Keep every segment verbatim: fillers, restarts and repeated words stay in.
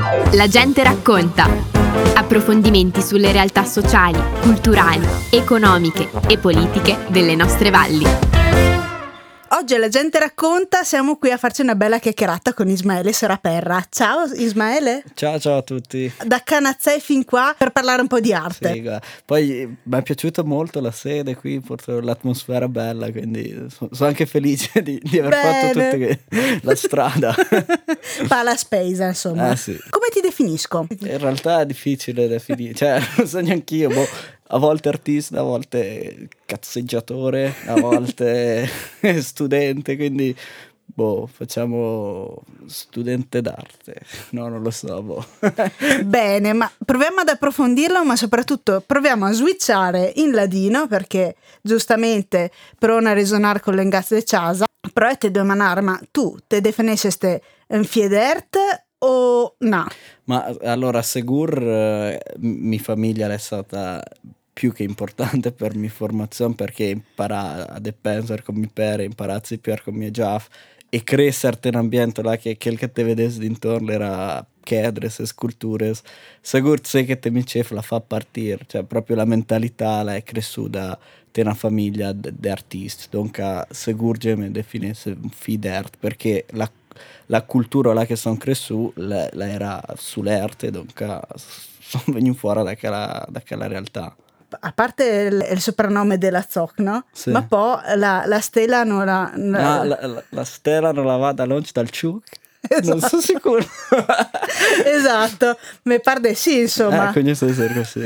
La gente racconta. Approfondimenti sulle realtà sociali, culturali, economiche e politiche delle nostre valli. Oggi La gente racconta, siamo qui a farci una bella chiacchierata con Ismaele Seraperra. Ciao Ismaele. Ciao ciao a tutti. Da Canazzei fin qua per parlare un po' di arte. Sì, poi mi è piaciuta molto la sede qui, l'atmosfera bella, quindi sono anche felice di, di aver Bene. fatto tutta che, la strada. Pala spesa, insomma. Eh, sì. Come ti definisco? In realtà è difficile definire, cioè non so neanch'io, boh. A volte artista, a volte cazzeggiatore, a volte studente, quindi boh, facciamo studente d'arte. No, non lo so, boh. Bene, ma proviamo ad approfondirlo, ma soprattutto proviamo a switchare in ladino, perché giustamente prona a resonare con l'engaz de casa, però te devo manare, ma tu te definisci un fiedert o no? Ma allora, segur, eh, mi famiglia è stata più che importante per mia formazione, perché imparare a pensare come mi pare, imparare a zippare come mia giaf e crescere in un ambiente là che quel che te vedessi d'intorno era chiedres e sculture, segur sai che te mi cef la fa partire, cioè proprio la mentalità la è cresciuta in una famiglia di artisti, dunque segur che mi definisce un fidert, perché la la cultura là che sono cresciuto la, la era sull'arte, dunque sono venuto fuori da quella, da quella realtà. A parte il, il soprannome della Zoc, no? Sì. Ma poi la, la stella non la... Non no, la, la, la stella non la va da longe dal ciuc. Esatto. Non sono sicuro. Esatto, mi pare sì, insomma. Eh, quindi sono così.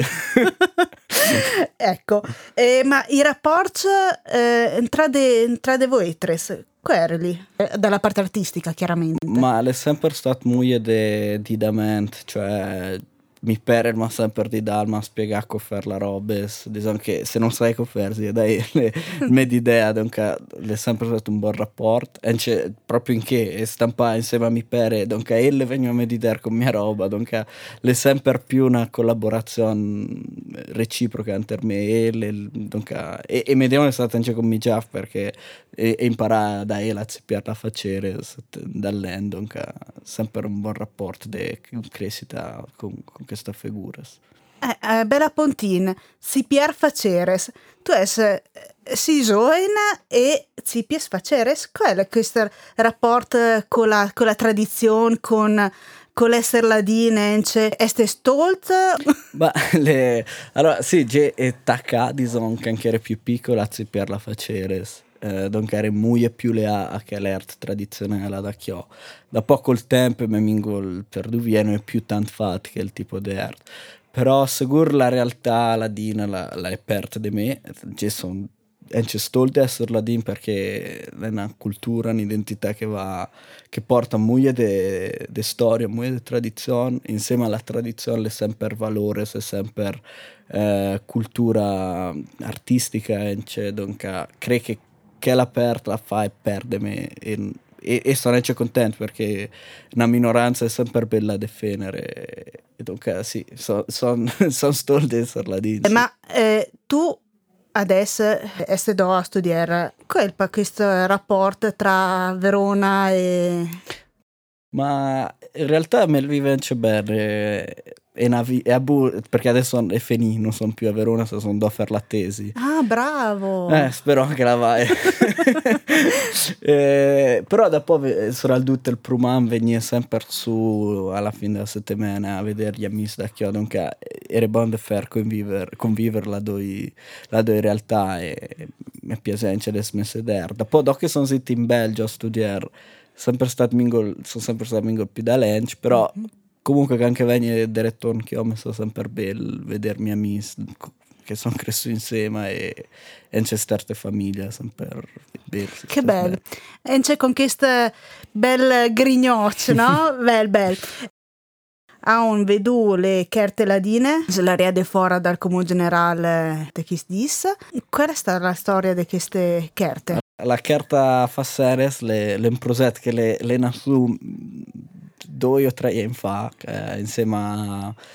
Ecco, eh, ma i rapporti eh, tra de, tra de voi tre, quelli, eh, dalla parte artistica chiaramente. Ma è sempre stato molto di, di dament, cioè mi pare ma sempre di dalma a spiegare come fare la roba, diciamo che se non sai come fare, dai le mie idee, dunque è sempre stato un buon rapporto, e c'è proprio in che stampare insieme a mi pare, dunque elle vengono a meditare con mia roba, dunque è sempre più una collaborazione reciproca tra me e elle, dunque e, e mediamo è stata anche con mi già perché e, e imparare da elle a zippare a facere dall'end, dunque sempre un buon rapporto di crescita con, con questa figura. Eh, eh, bella Pontin, si pier faceres. Tu es si join e si pies faceres. Qual è questo rapporto con la, con la tradizione, con, con l'essere ladine? Este stolt? Ma le... Allora, sì, già è tacca, diciamo, che anche era più piccola, si pier la faceres. Eh, donc era molto più lea a che l'arte tradizionale da chiò. Da poco il tempo mi mingo per duvieno è più tanto fatto che il tipo di arte. Però sicur la realtà ladina la, la è aperta di me, ci sono e c'è stolto di essere ladin perché è una cultura, un'identità che va che porta molto di storia, molto di tradizione, insieme alla tradizione è sempre valore, è sempre eh, cultura artistica, e c'è, dunque credo che che l'aperta la fa e perde me e, e, e sono anche contento perché una minoranza è sempre bella a difendere e dunque sì, sono son, son stolto di essere ladin. Sì. Ma eh, tu adesso sei do a studiare, qual è questo rapporto tra Verona e... Ma in realtà me lo vive anche bene, è una vi- è a bu- perché adesso è finito, non sono più a Verona, sono da fare la tesi. Ah, bravo! Eh, spero che la vai. eh, però dopo sarà il tutto il Pruman venire sempre su alla fine della settimana a vedere gli amici da Chiodo, dunque era buono far convivere, convivere la due la due realtà e mi piace anche adesso mi sedere. Dopo, dopo che sono stato in Belgio a studiare, sempre stato mingo, sono sempre stato mingo più da Lench, però mm-hmm. comunque che anche venire del ritorno che ho messo sempre bello vedermi amici che sono cresciuti insieme e, e c'è starte famiglia sempre bello. Che bello. E c'è con questa bel grignoccio, no? bel bel. A un vedu le certe ladine, la riade fuori dal comune generale di chi dis. Qual è stata la storia di queste certe? La carta Fasseres, le, le improsette che le, le nasù due o tre anni fa, eh, insieme a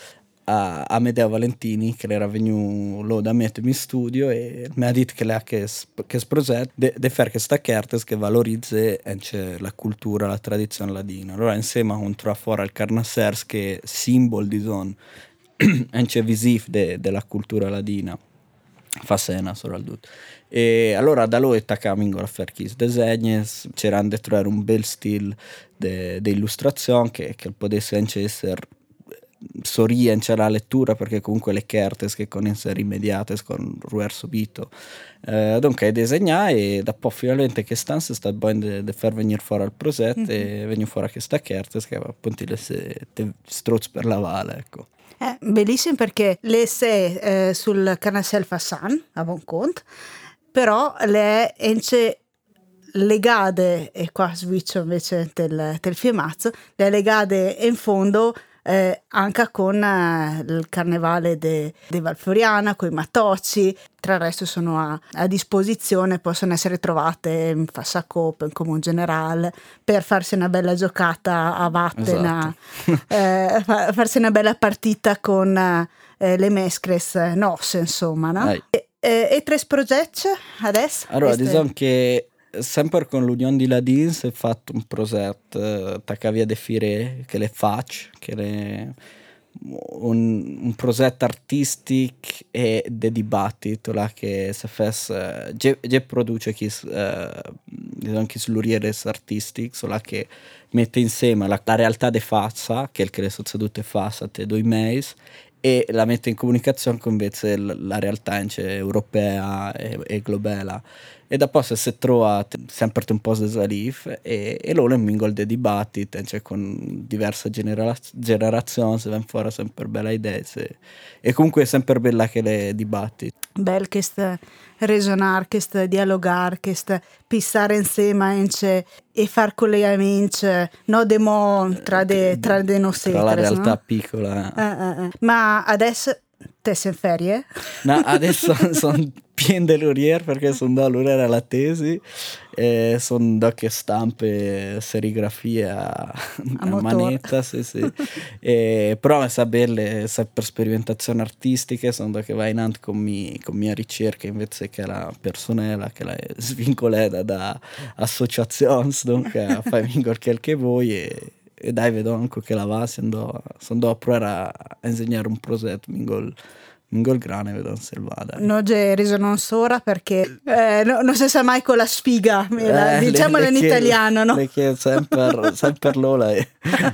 a, a Medea Valentini, che era venuto da mettermi in studio e mi ha detto che lei che, che progetto di de fare questa carta che valorizza la cultura, la tradizione ladina. Allora insieme a un fuori al carnassers che è simbolo di zon anche visivo de, della cultura ladina fa sena soprattutto. E allora da lui attaccammo a fare questi disegni, c'erano di trovare un bel stile di illustrazione che, che potesse anche essere sorriente la lettura, perché comunque le carte che con essere immediate con ruer subito eh, dunque disegnare e da poi finalmente che stanza sta bene di far venire fuori al progetto mm-hmm. e venire fuori questa carta che appunto le strozzi per la valle, ecco. Eh, bellissimo, perché le sei eh, sul Carnassel Fassan a buon conto, però le è legate, e qua switch invece del, del filmazzo, le legate in fondo eh, anche con eh, il carnevale de, de Valfloriana, con i matocci. Tra il resto sono a, a disposizione, possono essere trovate in Fassacop, in Comune Generale, per farsi una bella giocata a Vattena, esatto. eh, farsi una bella partita con eh, le mescres nosse, insomma, no? E, e, e tre progetti adesso? Allora, Este... diciamo che sempre con l'Unione di Ladin si è fatto un progetto eh, tacca via de fire che le faccio, che le un, un progetto artistico e di dibattito là che si fa già produce chi eh, anche sull'uriere artistico so là che mette insieme la, la realtà de faccia che è il che le sono sedute faccia te due mesi e la mette in comunicazione con invece la realtà europea e, e globale. E dopo se si trova sempre un po' di salif e, e loro mingol dei dibattiti cioè con diverse genera- generazioni si vengono fuori sempre belle idee se, e comunque è sempre bella che le dibattiti bel che sta ragionare, che sta dialogare, che sta pissare insieme ince, e far collegamenti no demo tra de, tra de nostre tra la realtà no? piccola eh, eh, eh. Ma adesso te sei in ferie? No, adesso sono pieno dell'urier perché sono da l'urier alla tesi e sono da che stampe serigrafie a, a, a manetta sì, sì. E, però è sapere per sperimentazione artistica sono da che vai in avanti con, mi, con mia ricerca invece che la personella che la svincolata da associazioni dunque fai vincere quel che vuoi e e dai vedo anche che la va sono da a provare a, a insegnare un progetto mingol mingol grane vedo se vada no c'è reso non sora perché eh, no, non si sa mai con la sfiga eh, diciamolo in italiano no? Le chiedo sempre sempre l'ola e...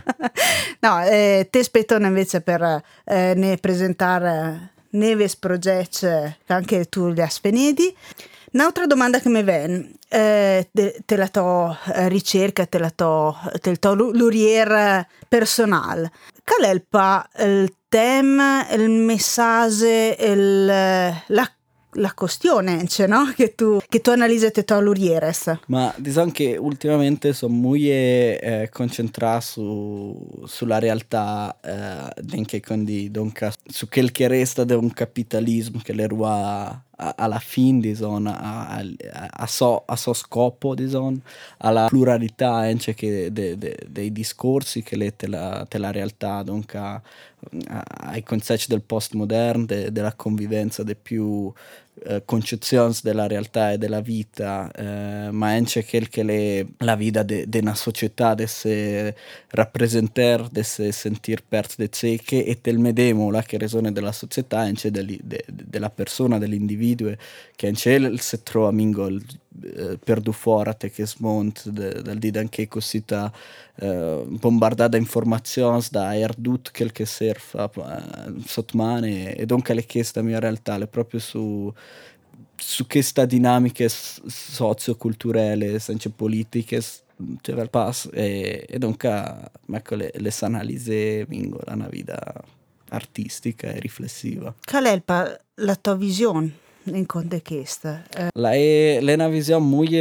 no eh, te aspettano invece per eh, ne presentare neves progetti che anche tu li hai speniti. Un'altra domanda che mi viene, eh, te, te la to eh, ricerca, te la to, te to l'urier personale. Qual è il, pa, il tema, il messaggio, il, la la questione, cioè, no? Che tu, che tu analizzi te to l'urieres. Ma diciamo che ultimamente sono molto eh, concentrato su, sulla realtà eh, anche quindi donc, su quel che resta di un capitalismo che le rua alla fine diciamo, a, a, a, so, a so scopo diciamo, alla pluralità anche che de, de, dei discorsi che le te la, te la realtà donc, a, a, ai concetti del postmoderno de, della convivenza de più eh, concezioni della realtà e della vita eh, ma anche quel che le, la vita di una società deve rappresentare deve sentire perso de cieche e del medesimo la che ragione della società anche de, de, della persona dell'individuo che in cielo si trova mingol eh, perdu fuori te che smont dal di anche così ta eh, bombardata informazioni da erdut quel che serve eh, sotto mano e dunque le chieste mia realtà è proprio su su questa dinamiche socioculturali senza politiche cioè il pass e, e dunque ecco le, le analisi mingola una vita artistica e riflessiva. Qual è il, la tua visione in contesto? Eh. La è, è una visione molto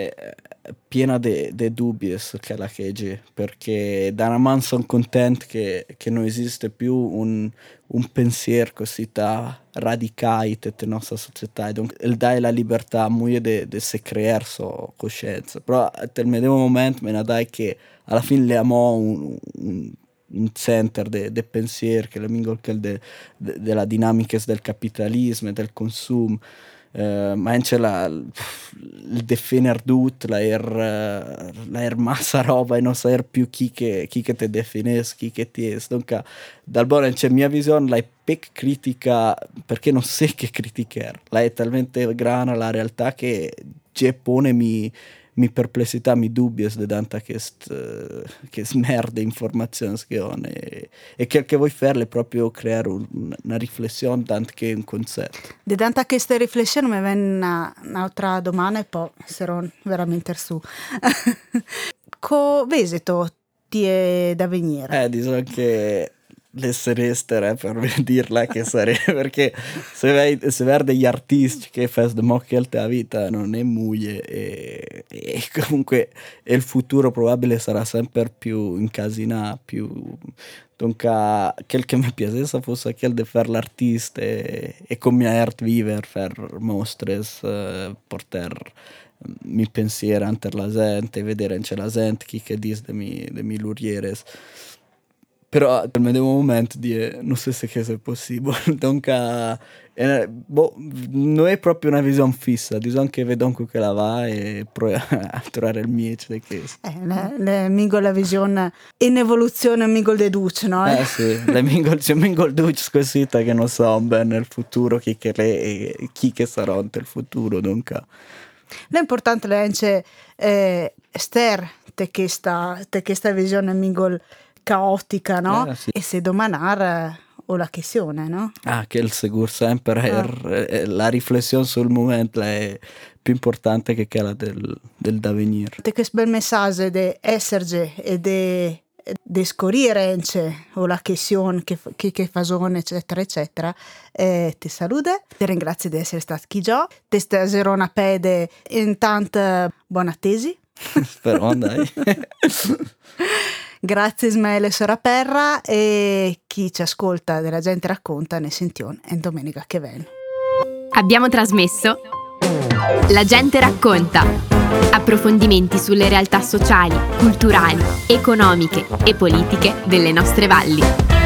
piena di dubbi che la che perché da una mano sono contento che, che non esiste più un, un pensiero così radicale nella nostra società e dunque il dai la libertà molto di se creare sua coscienza però nel medesimo momento me ne dai che alla fine le amo un, un un center del de pensiero, che è mingol de, de, della dinamica del capitalismo e del consumo. Uh, ma c'è la il definir tutto, la er, la er massa roba e non saper più chi che, chi che te definisce, chi che ti è. Dunque, dal buono c'è mia visione, la è pec critica, perché non sai che criticare. La è talmente grana la realtà che già pone mi, mi perplessità, mi dubbi di tanta che smerde informazioni che ho. E, e quel che vuoi fare è proprio creare un, una riflessione tanto che un concetto. Di tanta questa riflessione mi viene una, un'altra domanda e poi sarò veramente su. Co vesito ti è da venire? Eh, diciamo che l'essere estere per dirla che sarebbe, perché se vai se vedi degli artisti che fanno mo che la vita non è muie e, e comunque il futuro probabile sarà sempre più incasinato, più dunque quel che mi piacesse fosse quel di fare l'artista e, e con mia art vivere, fare mostre, uh, portare mi pensiero ante la gente, vedere c'è la gente chi che dice de mi, de mi lurieres. Però al medesimo momento di, non so se è possibile, dunque eh, boh, non è proprio una visione fissa, diciamo che vedo che la va e provo a trovare il mio di questo. Eh, le, le mingo la visione in evoluzione mingo de duce, no? Eh sì, le mingo, c'è mingo il duce così che non so bene nel futuro chi che le e chi che sarà nel futuro, dunque. L'importante è anche eh, ster te questa te questa visione mingo caotica, no? Eh, sì. E se domanar o la questione, no? Ah, che il sicuro sempre ah. è, la riflessione sul momento è più importante che quella del, del da venire. Te questo bel messaggio di esserci e di de scorrere o la questione che, che, che fa zone, eccetera, eccetera. Eh, ti saluto, ti ringrazio di essere stato qui già. Ti stasera una pede intanto buona tesi. Spero, dai. Grazie Ismaele Soraperra e chi ci ascolta della gente racconta ne sentiamo in domenica che viene. Abbiamo trasmesso La gente racconta. Approfondimenti sulle realtà sociali, culturali, economiche e politiche delle nostre valli.